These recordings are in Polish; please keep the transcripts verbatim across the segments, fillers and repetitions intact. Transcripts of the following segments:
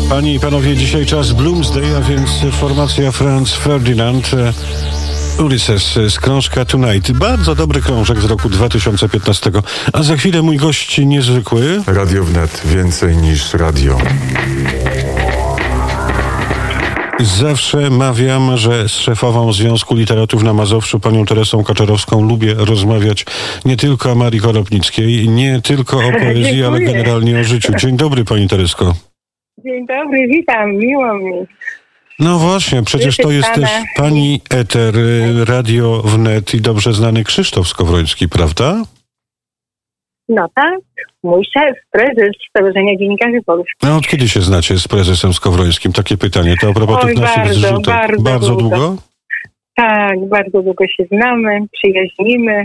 Panie i panowie, dzisiaj czas Bloomsday, a więc formacja Franz Ferdinand, Ulysses z krążka Tonight. Bardzo dobry krążek z roku dwa tysiące piętnastego. A za chwilę mój gość niezwykły. Radio Wnet. Więcej niż radio. Zawsze mawiam, że z szefową Związku Literatów na Mazowszu, panią Teresą Kaczorowską, lubię rozmawiać nie tylko o Marii Konopnickiej, nie tylko o poezji, ale generalnie o życiu. Dzień dobry, pani Teresko. Dzień dobry, witam, miło mi. No właśnie, przecież to jest też pani eter, Radio Wnet i dobrze znany Krzysztof Skowroński, prawda? No tak, mój szef, prezes Stowarzyszenia Dziennikarzy Polskich. A od kiedy się znacie z prezesem Skowrońskim? Takie pytanie, to a propos Oj, tych naszych bardzo, zrzutek. bardzo, bardzo długo. długo? Tak, bardzo długo się znamy, przyjaźnimy.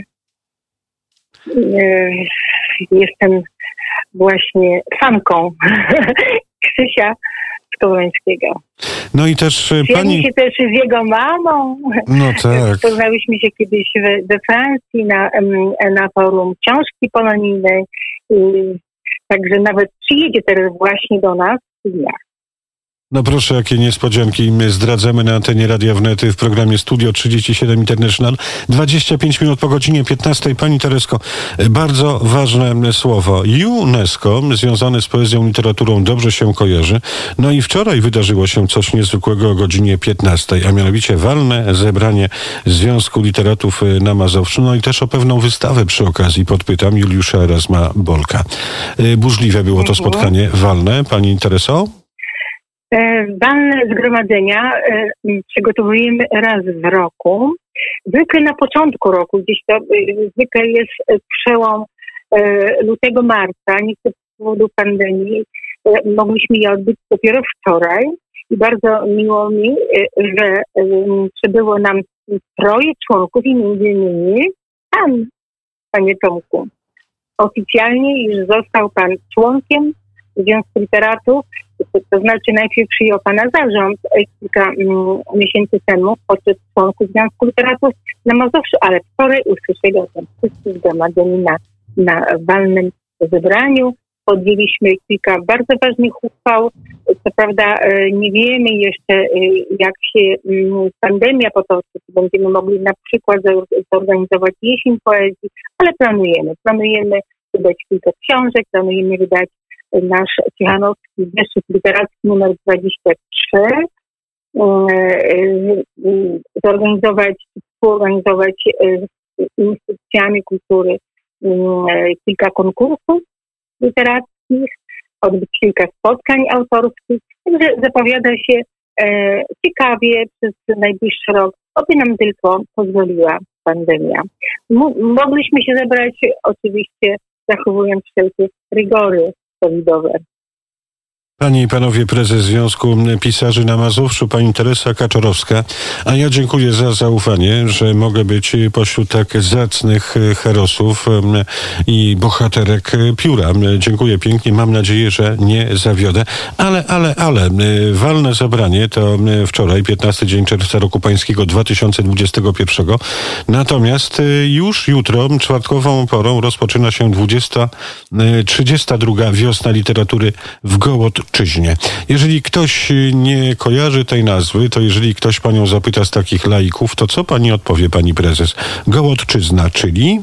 Jestem właśnie fanką Krzysia Skowrońskiego. No i też pani... się też z jego mamą. No tak. Poznałyśmy się kiedyś we, we Francji na, na forum książki polonijnej. Także nawet przyjedzie teraz właśnie do nas w dniach. No proszę, jakie niespodzianki my zdradzamy na antenie Radia Wnet w programie Studio trzydzieści siedem International. dwadzieścia pięć minut po godzinie piętnastej. Pani Teresko, bardzo ważne słowo. UNESCO, związane z poezją, literaturą, dobrze się kojarzy. No i wczoraj wydarzyło się coś niezwykłego o godzinie piętnastej, a mianowicie walne zebranie Związku Literatów na Mazowszu. No i też o pewną wystawę przy okazji podpytam Juliusza Erasma Bolka. Burzliwe było to spotkanie walne, pani Tereso? Walne zgromadzenia przygotowujemy raz w roku. Zwykle na początku roku, gdzieś to zwykle jest przełom lutego, marca. Niestety z powodu pandemii mogliśmy je odbyć dopiero wczoraj. I bardzo miło mi, że przybyło nam troje członków i między innymi pan, panie Tomku. Oficjalnie już został pan członkiem Związku Literatów. To znaczy najpierw przyjął pana zarząd kilka mm, miesięcy temu podczas członków Związku Literatów na Mazowszu, ale wczoraj usłyszeli o tym wszyscy zgromadzeni na, na walnym zebraniu. Podjęliśmy kilka bardzo ważnych uchwał. Co prawda nie wiemy jeszcze, jak się pandemia potoczy, czy będziemy mogli na przykład zorganizować jesień poezji, ale planujemy. Planujemy wydać kilka książek, planujemy wydać nasz Ciechanowski zeszyt literacki numer dwadzieścia trzy, zorganizować, współorganizować z instytucjami kultury kilka konkursów literackich, odbyć kilka spotkań autorskich, także zapowiada się ciekawie przez najbliższy rok, oby nam tylko pozwoliła pandemia. Mogliśmy się zebrać oczywiście zachowując wszelkie rygory covidowe. Panie i panowie, prezes Związku Pisarzy na Mazowszu, pani Teresa Kaczorowska, a ja dziękuję za zaufanie, że mogę być pośród tak zacnych herosów i bohaterek pióra. Dziękuję pięknie, mam nadzieję, że nie zawiodę. Ale, ale, ale, walne zebranie to wczoraj, piętnasty dzień czerwca roku pańskiego dwa tysiące dwudziestego pierwszego. Natomiast już jutro, czwartkową porą, rozpoczyna się dwudziesta, trzydziesta druga wiosna literatury w Gołodczyźnie. Jeżeli ktoś nie kojarzy tej nazwy, to jeżeli ktoś panią zapyta z takich laików, to co pani odpowie, pani prezes? Gołodczyzna, czyli?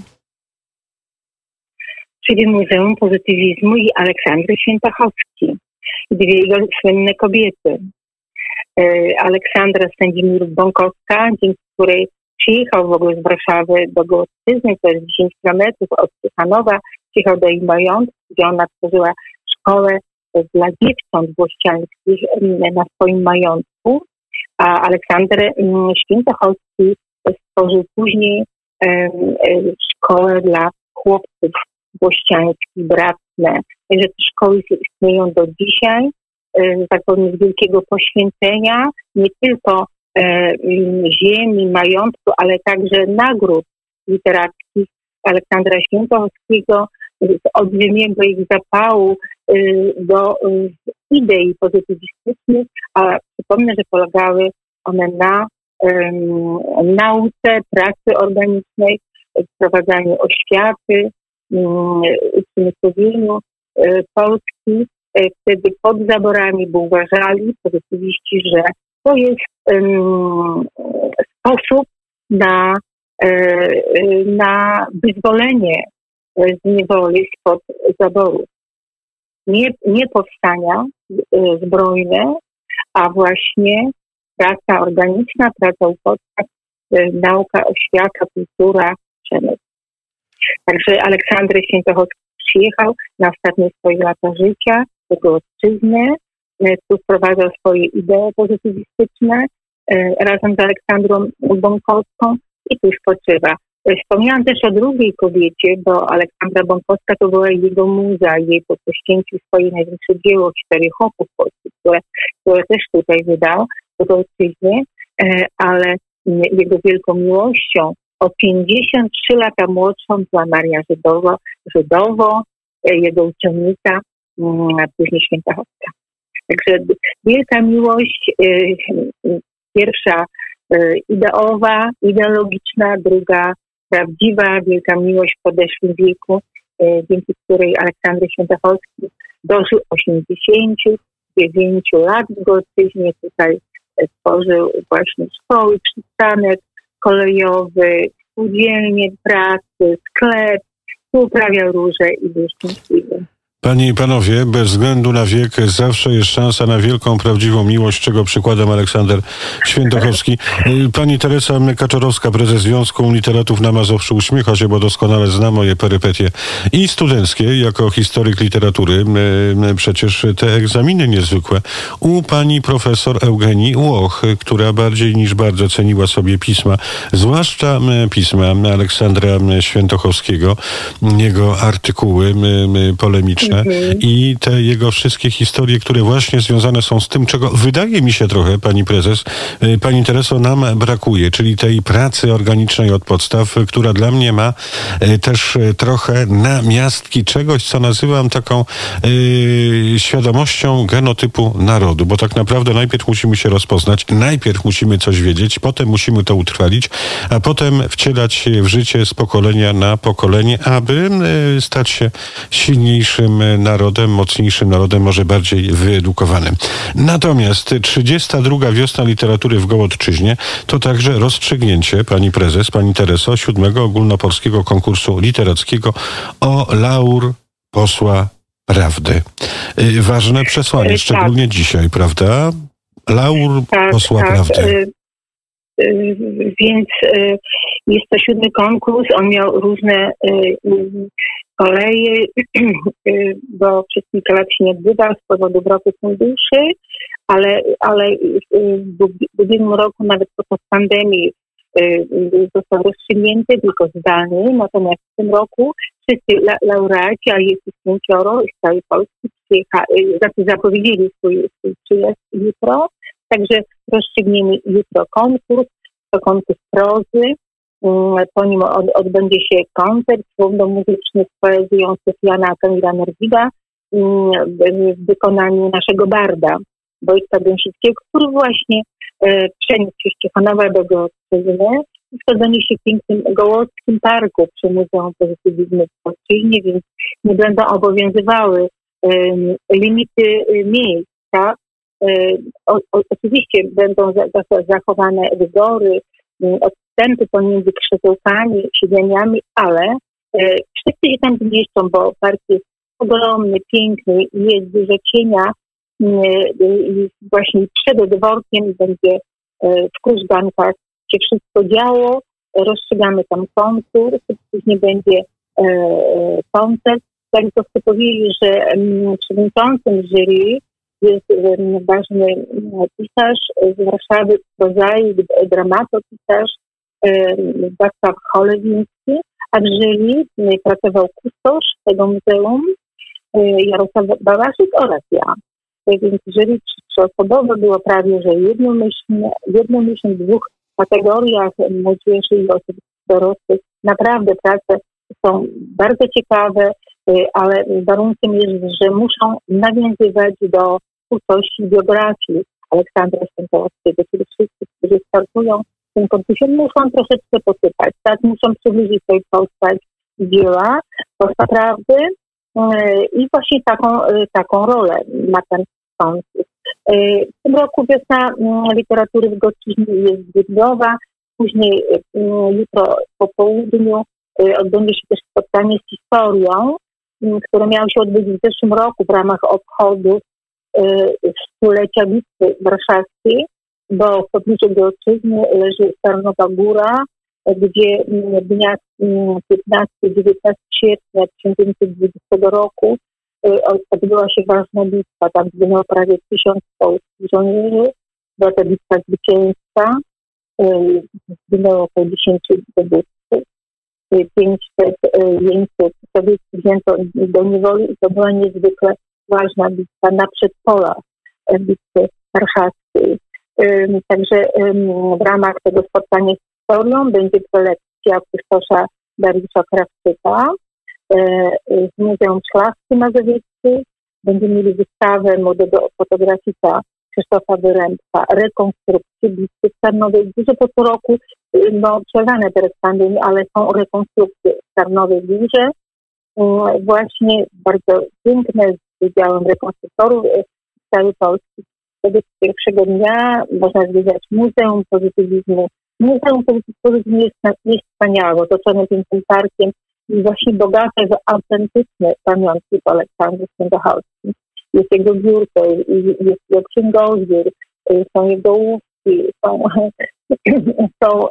Czyli Muzeum Pozytywizmu i Aleksandry Świętochowskiej. Dwie jego słynne kobiety. Aleksandra Stędzimir-Bąkowska, dzięki której przyjechał w ogóle z Warszawy do Gołodczyzny, to jest dziesięć kilometrów od Ciechanowa, przyjechał do jej majątku, gdzie ona tworzyła szkołę dla dziewcząt włościańskich na swoim majątku, a Aleksander Świętochowski stworzył później szkołę dla chłopców włościańskich, bratne. Także te szkoły istnieją do dzisiaj, tak powiem, z wielkiego poświęcenia, nie tylko ziemi, majątku, ale także nagród literackich Aleksandra Świętochowskiego, z olbrzymiego ich zapału do idei pozytywistycznych, a przypomnę, że polegały one na um, nauce, pracy organicznej, wprowadzaniu oświaty, um, uprzemysłowieniu Polski wtedy pod zaborami, bo uważali pozytywiści, że to jest um, sposób na, na wyzwolenie z niewoli spod zaborów. Nie, nie powstania zbrojne, a właśnie praca organiczna, praca u podstaw, nauka, oświata, kultura, przemysł. Także Aleksander Świętochowski przyjechał na ostatnie swoje lata życia do ojczyzny, tu wprowadzał swoje idee pozytywistyczne razem z Aleksandrą Bąkowską i tu spoczywa. Wspomniałam też o drugiej kobiecie, bo Aleksandra Bąkowska to była jego muza, jej poświęcił swoje największe dzieło Cztery chłopów polskich, które, które też tutaj wydał do ojczyzny, ale jego wielką miłością o pięćdziesiąt trzy lata młodszą była Maria Żydowo, Żydowo jego uczennica, później Świętochowska. Także wielka miłość, pierwsza ideowa, ideologiczna, druga prawdziwa, wielka miłość w podeszłym wieku, dzięki której Aleksander Świętochowski dożył osiemdziesięciu dziewięciu lat w Gostyźnie. Tutaj tworzył właśnie szkoły, przystanek kolejowy, spółdzielnię pracy, sklep, uprawiał róże i był szczęśliwy. Panie i panowie, bez względu na wiek zawsze jest szansa na wielką, prawdziwą miłość, czego przykładem Aleksander Świętochowski. Pani Teresa Kaczorowska, prezes Związku Literatów na Mazowszu, uśmiecha się, bo doskonale zna moje perypetie i studenckie, jako historyk literatury. Przecież te egzaminy niezwykłe u pani profesor Eugenii Łoch, która bardziej niż bardzo ceniła sobie pisma, zwłaszcza pisma Aleksandra Świętochowskiego, jego artykuły polemiczne, i te jego wszystkie historie, które właśnie związane są z tym, czego wydaje mi się trochę, pani prezes, pani Tereso, nam brakuje, czyli tej pracy organicznej od podstaw, która dla mnie ma też trochę namiastki czegoś, co nazywam taką yy, świadomością genotypu narodu, bo tak naprawdę najpierw musimy się rozpoznać, najpierw musimy coś wiedzieć, potem musimy to utrwalić, a potem wcielać się w życie z pokolenia na pokolenie, aby yy, stać się silniejszym narodem, mocniejszym narodem, może bardziej wyedukowanym. Natomiast trzydziesta druga wiosna literatury w Gołodczyźnie to także rozstrzygnięcie, pani prezes, pani Tereso, siódmego ogólnopolskiego konkursu literackiego o laur posła prawdy. Ważne przesłanie, szczególnie tak. Dzisiaj, prawda? Laur tak, posła tak. prawdy. Więc jest to siódmy konkurs, on miał różne koleje, bo przez kilka lat się nie odbywał z powodu braku funduszy, ale, ale w ubiegłym roku, nawet podczas pandemii, został rozstrzygnięty, tylko zdalny, natomiast w tym roku wszyscy la, laureaci, a jest ich pięcioro z całej Polski, zapowiedzieli swój, swój przyjazd jutro, także rozstrzygniemy jutro konkurs, to konkurs prozy. Po nim od, odbędzie się koncert słowno-muzyczny z poezją Sofjana Kamila Norwida w wykonaniu naszego barda Wojtka Gąsickiego, który właśnie e, przeniósł się z Ciechanowa do Gołodczyzny. To będzie się w pięknym Gołockim Parku przy Muzeum Pozytywizmu w Gołodczyźnie, więc nie będą obowiązywały e, limity e, miejsc. Tak? E, o, o, oczywiście będą za, za, zachowane rygory, odstępy pomiędzy krzesełkami, siedzeniami, ale e, wszyscy się tam zmieszczą, bo park jest ogromny, piękny, jest dużo cienia, e, e, właśnie przed dworkiem będzie e, w krużgankach się wszystko działo, rozstrzygamy tam konkurs, później będzie e, koncert. Tak to chcę powiedzieć, że m, przewodniczącym jury jest um, ważny pisarz z Warszawy, prozaik, dramatopisarz um, Wacław Cholewiński, a w jury um, pracował kustosz tego muzeum um, Jarosław Bałaszyk oraz ja. Więc jury trzyosobowe było prawie, że jednomyślnie, jednomyślnie w dwóch kategoriach młodzieży i osób dorosłych. Naprawdę prace są bardzo ciekawe, ale warunkiem jest, że muszą nawiązywać do twórczości biografii Aleksandra Świętochowskiego, czyli wszyscy, którzy startują w tym konkursie, muszą troszeczkę posypać, tak? Muszą przybliżyć swojej postać dzieła, posta prawdy, I właśnie taką, taką rolę ma ten sąd. W tym roku Wiosna Literatury w Gostyninie jest grudniowa, później jutro po południu odbędzie się też spotkanie z historią, które miało się odbyć w zeszłym roku w ramach obchodów stulecia Bitwy Warszawskiej, bo w pobliżu Gierczyzny leży Tarnowa Góra, gdzie dnia piętnastego dziewiętnastego sierpnia tysiąc dziewięćset dwudziestego roku odbyła się ważna bitwa. Tam zginęło prawie tysiąc polskich żołnierzy. Była to bitwa zwycięska. Zginęło około dziesięciu dowódców. pięćset jeńców sowieckich wzięto do niewoli i to była niezwykle ważna bitwa na przedpolach bitwy warszawskiej. Także w ramach tego spotkania z historią będzie prelekcja Krzysztofa Dariusza Krawczyka z Muzeum Szlachty Mazowieckiej. Będziemy mieli wystawę młodego fotografika Krzysztofa Wyrębka, rekonstrukcję bitwy w Tarnowej Górze. Po co roku no, przerwane teraz pandemii, ale są rekonstrukcje w Tarnowej Górze. Właśnie bardzo piękne, z udziałem rekonstruktorów z całej Polski. Wtedy pierwszego dnia można zwiedzać Muzeum Pozytywizmu. Muzeum Pozytywizmu jest, jest wspaniałe, otoczone pięknym parkiem i właśnie bogate w autentyczne pamiątki po Aleksandrze Świętochowskim. Jest jego biurko, jest jego księgozbiór, są jego łówki, są, są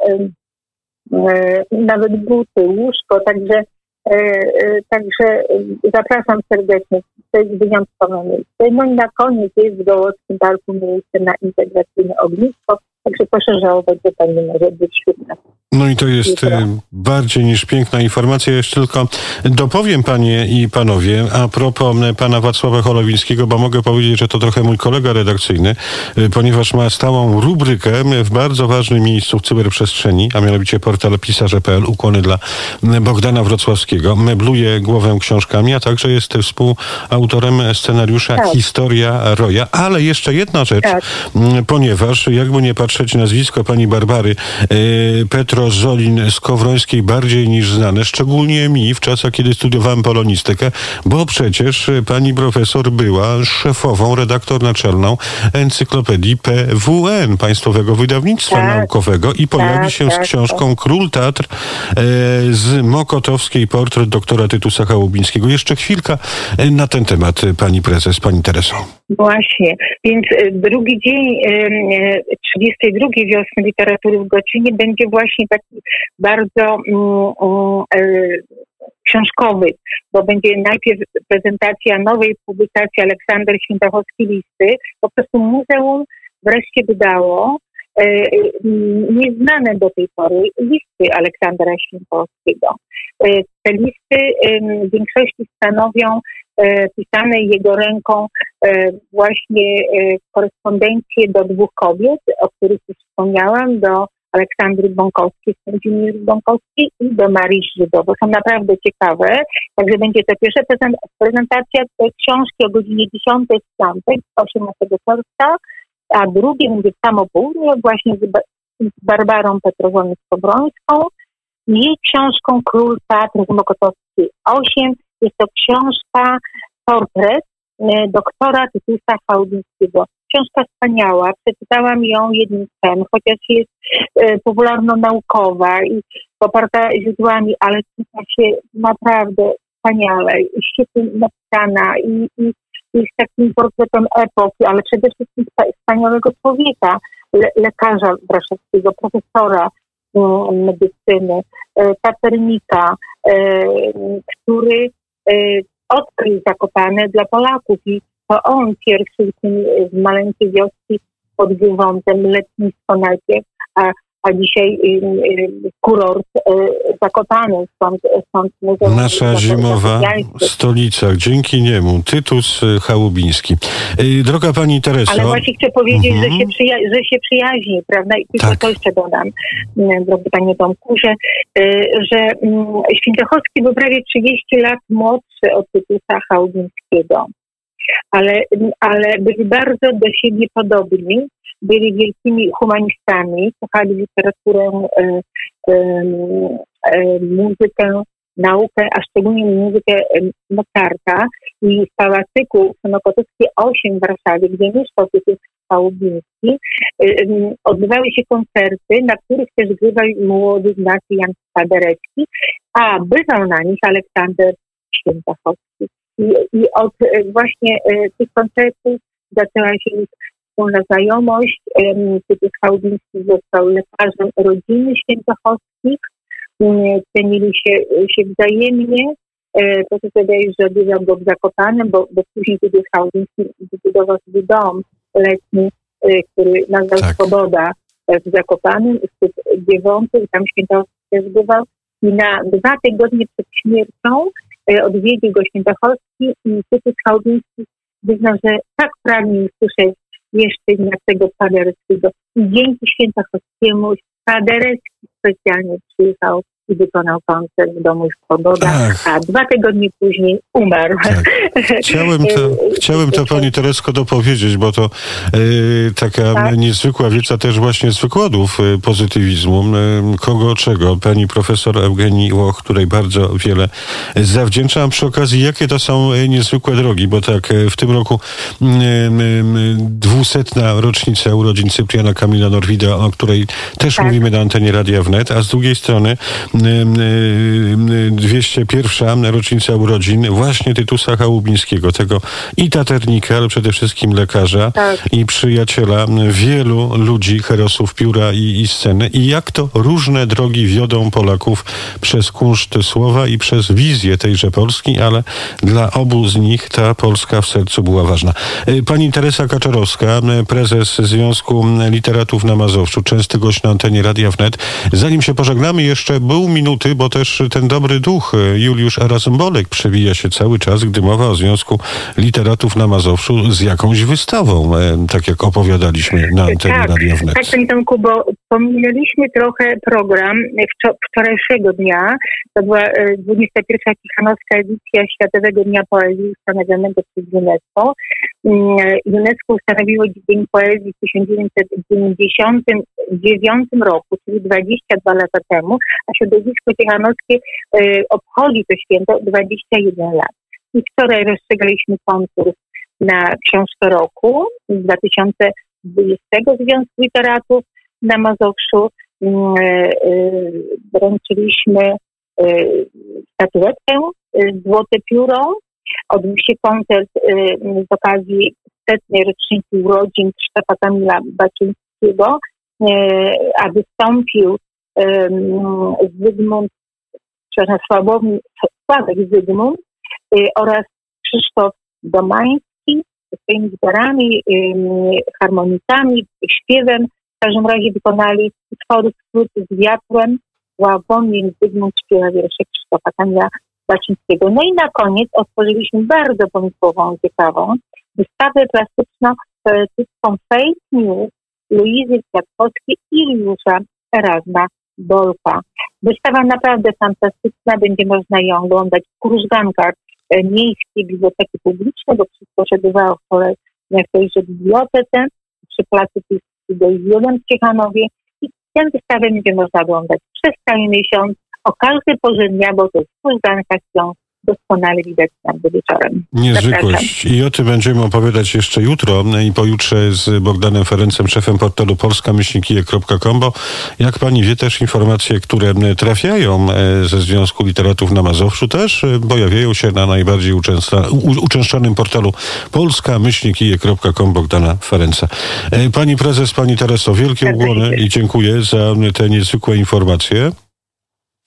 e, nawet buty, łóżko, także, e, także zapraszam serdecznie. To jest wyjątkowe miejsce. No i na koniec jest w Gołockim Parku miejsce na integracyjne ognisko, także proszę żałować, że tam nie może być wśród nas. No i to jest jutro. Bardziej niż piękna informacja. Jeszcze tylko dopowiem panie i panowie a propos pana Wacława Cholowińskiego, bo mogę powiedzieć, że to trochę mój kolega redakcyjny, ponieważ ma stałą rubrykę w bardzo ważnym miejscu w cyberprzestrzeni, a mianowicie portal pisarze kropka p l. Ukłony dla Bogdana Wrocławskiego. Mebluje głowę książkami, a także jest współautorem scenariusza tak. Historia Roja. Ale jeszcze jedna rzecz, tak. ponieważ jakby nie patrzeć, nazwisko pani Barbary Petro Zolin Skowrońskiej bardziej niż znane, szczególnie mi w czasach, kiedy studiowałem polonistykę, bo przecież pani profesor była szefową, redaktor naczelną Encyklopedii P W N, Państwowego Wydawnictwa tak. Naukowego i pojawi tak, się tak, z książką tak. Król Tatr e, z Mokotowskiej portret doktora Tytusa Chałubińskiego. Jeszcze chwilka na ten temat, pani prezes, pani Tereso. Właśnie, więc drugi dzień trzydziestej drugiej Wiosny Literatury w Gostyninie będzie właśnie taki bardzo um, e, książkowy, bo będzie najpierw prezentacja nowej publikacji Aleksander Świętochowski Listy. Po prostu muzeum wreszcie wydało e, nieznane do tej pory listy Aleksandra Świętochowskiego. E, te listy e, w większości stanowią e, pisane jego ręką e, właśnie e, korespondencje do dwóch kobiet, o których już wspomniałam, do Aleksandry Bąkowskiej, Kazimierz Bąkowskiej i do Marii Żydowo. Są naprawdę ciekawe. Także będzie to pierwsza prezentacja tej książki o godzinie dziesiątej w piątek, osiemnastego czerwca, a drugie będzie w samo południe właśnie z Barbarą Petrową-Skowrońską. Jej książką Król Tatr z Mokotowskiej osiem. Jest to książka, portret doktora Tytusa Chałubińskiego. Książka wspaniała, przeczytałam ją jednym dniem, chociaż jest e, popularno-naukowa i poparta źródłami, ale czyta się naprawdę wspaniale i świetnie napisana i, i, i z takim portretem epoki, ale przede wszystkim wspaniałego człowieka, le, lekarza warszawskiego, profesora e, medycyny, e, taternika, e, który e, odkrył Zakopane dla Polaków i to on pierwszy z maleńkiej wioski pod Wywątem, letnisko najpierw, a, a dzisiaj y, y, kurort y, Zakopane. Stąd, stąd muzeum. Nasza zimowa stolica. Dzięki niemu. Tytus Chałubiński. Y, droga pani Tereso. Ale właśnie chcę powiedzieć, mm-hmm. że, się przyja- że się przyjaźni, prawda? I tylko tak. to jeszcze dodam, y, drogi panie Tomku, że, y, że y, Świętochowski był prawie trzydzieści lat młodszy od Tytusa Chałubińskiego. Ale, ale byli bardzo do siebie podobni, byli wielkimi humanistami, kochali literaturę, e, e, e, muzykę, naukę, a szczególnie muzykę Mozarta i w Pałacyku Fonokotowskie osiem w Warszawie, gdzie mieszkał Tytus Chałubiński, odbywały się koncerty, na których też grywał młody Ignacy Jan Paderewski, a bywał na nich Aleksander Świętochowski. I, i od właśnie tych koncertów zaczęła się już wspólna znajomość. Tytus Chałubiński został lekarzem rodziny Świętochowskich. Cenili się, się wzajemnie. Proszę sobie wyobrazić, że odwiedział go w Zakopanem, bo, bo później Tytus Chałubiński wybudował sobie dom letni, który nazwał tak. Swoboda w Zakopanem, w Giewontu, i tam Świętochowski też bywał. I na dwa tygodnie przed śmiercią odwiedził go Świętochowski i Tytus Chałubiński wyznał, że tak pragnie usłyszeć jeszcze Ignacego Paderewskiego. I dzięki Świętochowskiemu Paderewski specjalnie przyjechał i wykonał koncert w domu Swoboda, Ach. a dwa tygodnie później umarł. Tak. Chciałem to, chciałem to pani Teresko dopowiedzieć, bo to y, taka tak? niezwykła wiedza też właśnie z wykładów y, pozytywizmu. Y, kogo czego? Pani profesor Eugenii Łoch, której bardzo wiele zawdzięczam. Przy okazji, jakie to są y, niezwykłe drogi, bo tak y, w tym roku y, y, y, dwusetna rocznica urodzin Cypriana Kamila Norwida, o której też tak. mówimy na antenie Radia Wnet, a z drugiej strony dwieście pierwsza rocznica urodzin właśnie Tytusa Chałubińskiego, tego i taternika, ale przede wszystkim lekarza tak. i przyjaciela wielu ludzi, herosów pióra i, i sceny. I jak to różne drogi wiodą Polaków przez kunszt słowa i przez wizję tejże Polski, ale dla obu z nich ta Polska w sercu była ważna. Pani Teresa Kaczorowska, prezes Związku Literatów na Mazowszu, częsty gość na antenie Radia Wnet. Zanim się pożegnamy, jeszcze był minuty, bo też ten dobry duch Juliusz Erasm-Bolek przewija się cały czas, gdy mowa o Związku Literatów na Mazowszu z jakąś wystawą, tak jak opowiadaliśmy na antenie tak, Radia Wnet. Tak, panie Tomku, bo pominęliśmy trochę program wczorajszego dnia. To była dwudziesta pierwsza Kichanowska edycja Światowego Dnia Poezji ustanowionego przez UNESCO. UNESCO ustanowiło Dzień Poezji w tysiąc dziewięćset dziewięćdziesiątym dziewiątym roku, czyli dwadzieścia dwa lata temu, a środowisko ciechanowskie y, obchodzi to święto dwadzieścia jeden lat. I wczoraj rozstrzygaliśmy konkurs na książkę roku dwa tysiące dwudziestego Związku Literatów na Mazowszu. Y, y, wręczyliśmy y, statuetkę y, Złote Pióro. Odbył się koncert y, z okazji setnej rocznicy urodzin Krzysztofa Kamila Baczyńskiego, y, a wystąpił y, Zygmunt, przepraszam, Sławomir, Sławek Zygmunt y, oraz Krzysztof Domański ze swoimi gitarami, y, harmonikami, śpiewem. W każdym razie wykonali utwory Skrót z wiatrem. Sławomir Zygmunt śpiewa wiersze Krzysztofa Kamila Baczyńskiego. No i na koniec otworzyliśmy bardzo pomysłową, ciekawą wystawę plastyczno-poetycką Fake News Luizy Kwiatkowskiej i Juliusza Erasma Bolka. Wystawa naprawdę fantastyczna, będzie można ją oglądać w krużgankach Miejskiej Biblioteki Publicznej, bo wszystko się odbywało w tejże bibliotece przy placu Piłsudskiego w Ciechanowie, i tę wystawę będzie można oglądać przez cały miesiąc, o każdej porze dnia, bo to w krużgankach są doskonale widać nam do wieczorem. Niezwykłość. I o tym będziemy opowiadać jeszcze jutro i pojutrze z Bogdanem Ferencem, szefem portalu polska myślnik kije kropka com, bo jak pani wie, też informacje, które trafiają ze Związku Literatów na Mazowszu, też pojawiają się na najbardziej uczęszcza, u, uczęszczanym portalu polska myślnik kije kropka com Bogdana Ferenca. Pani prezes, pani Tereso, wielkie ukłony i dziękuję za te niezwykłe informacje.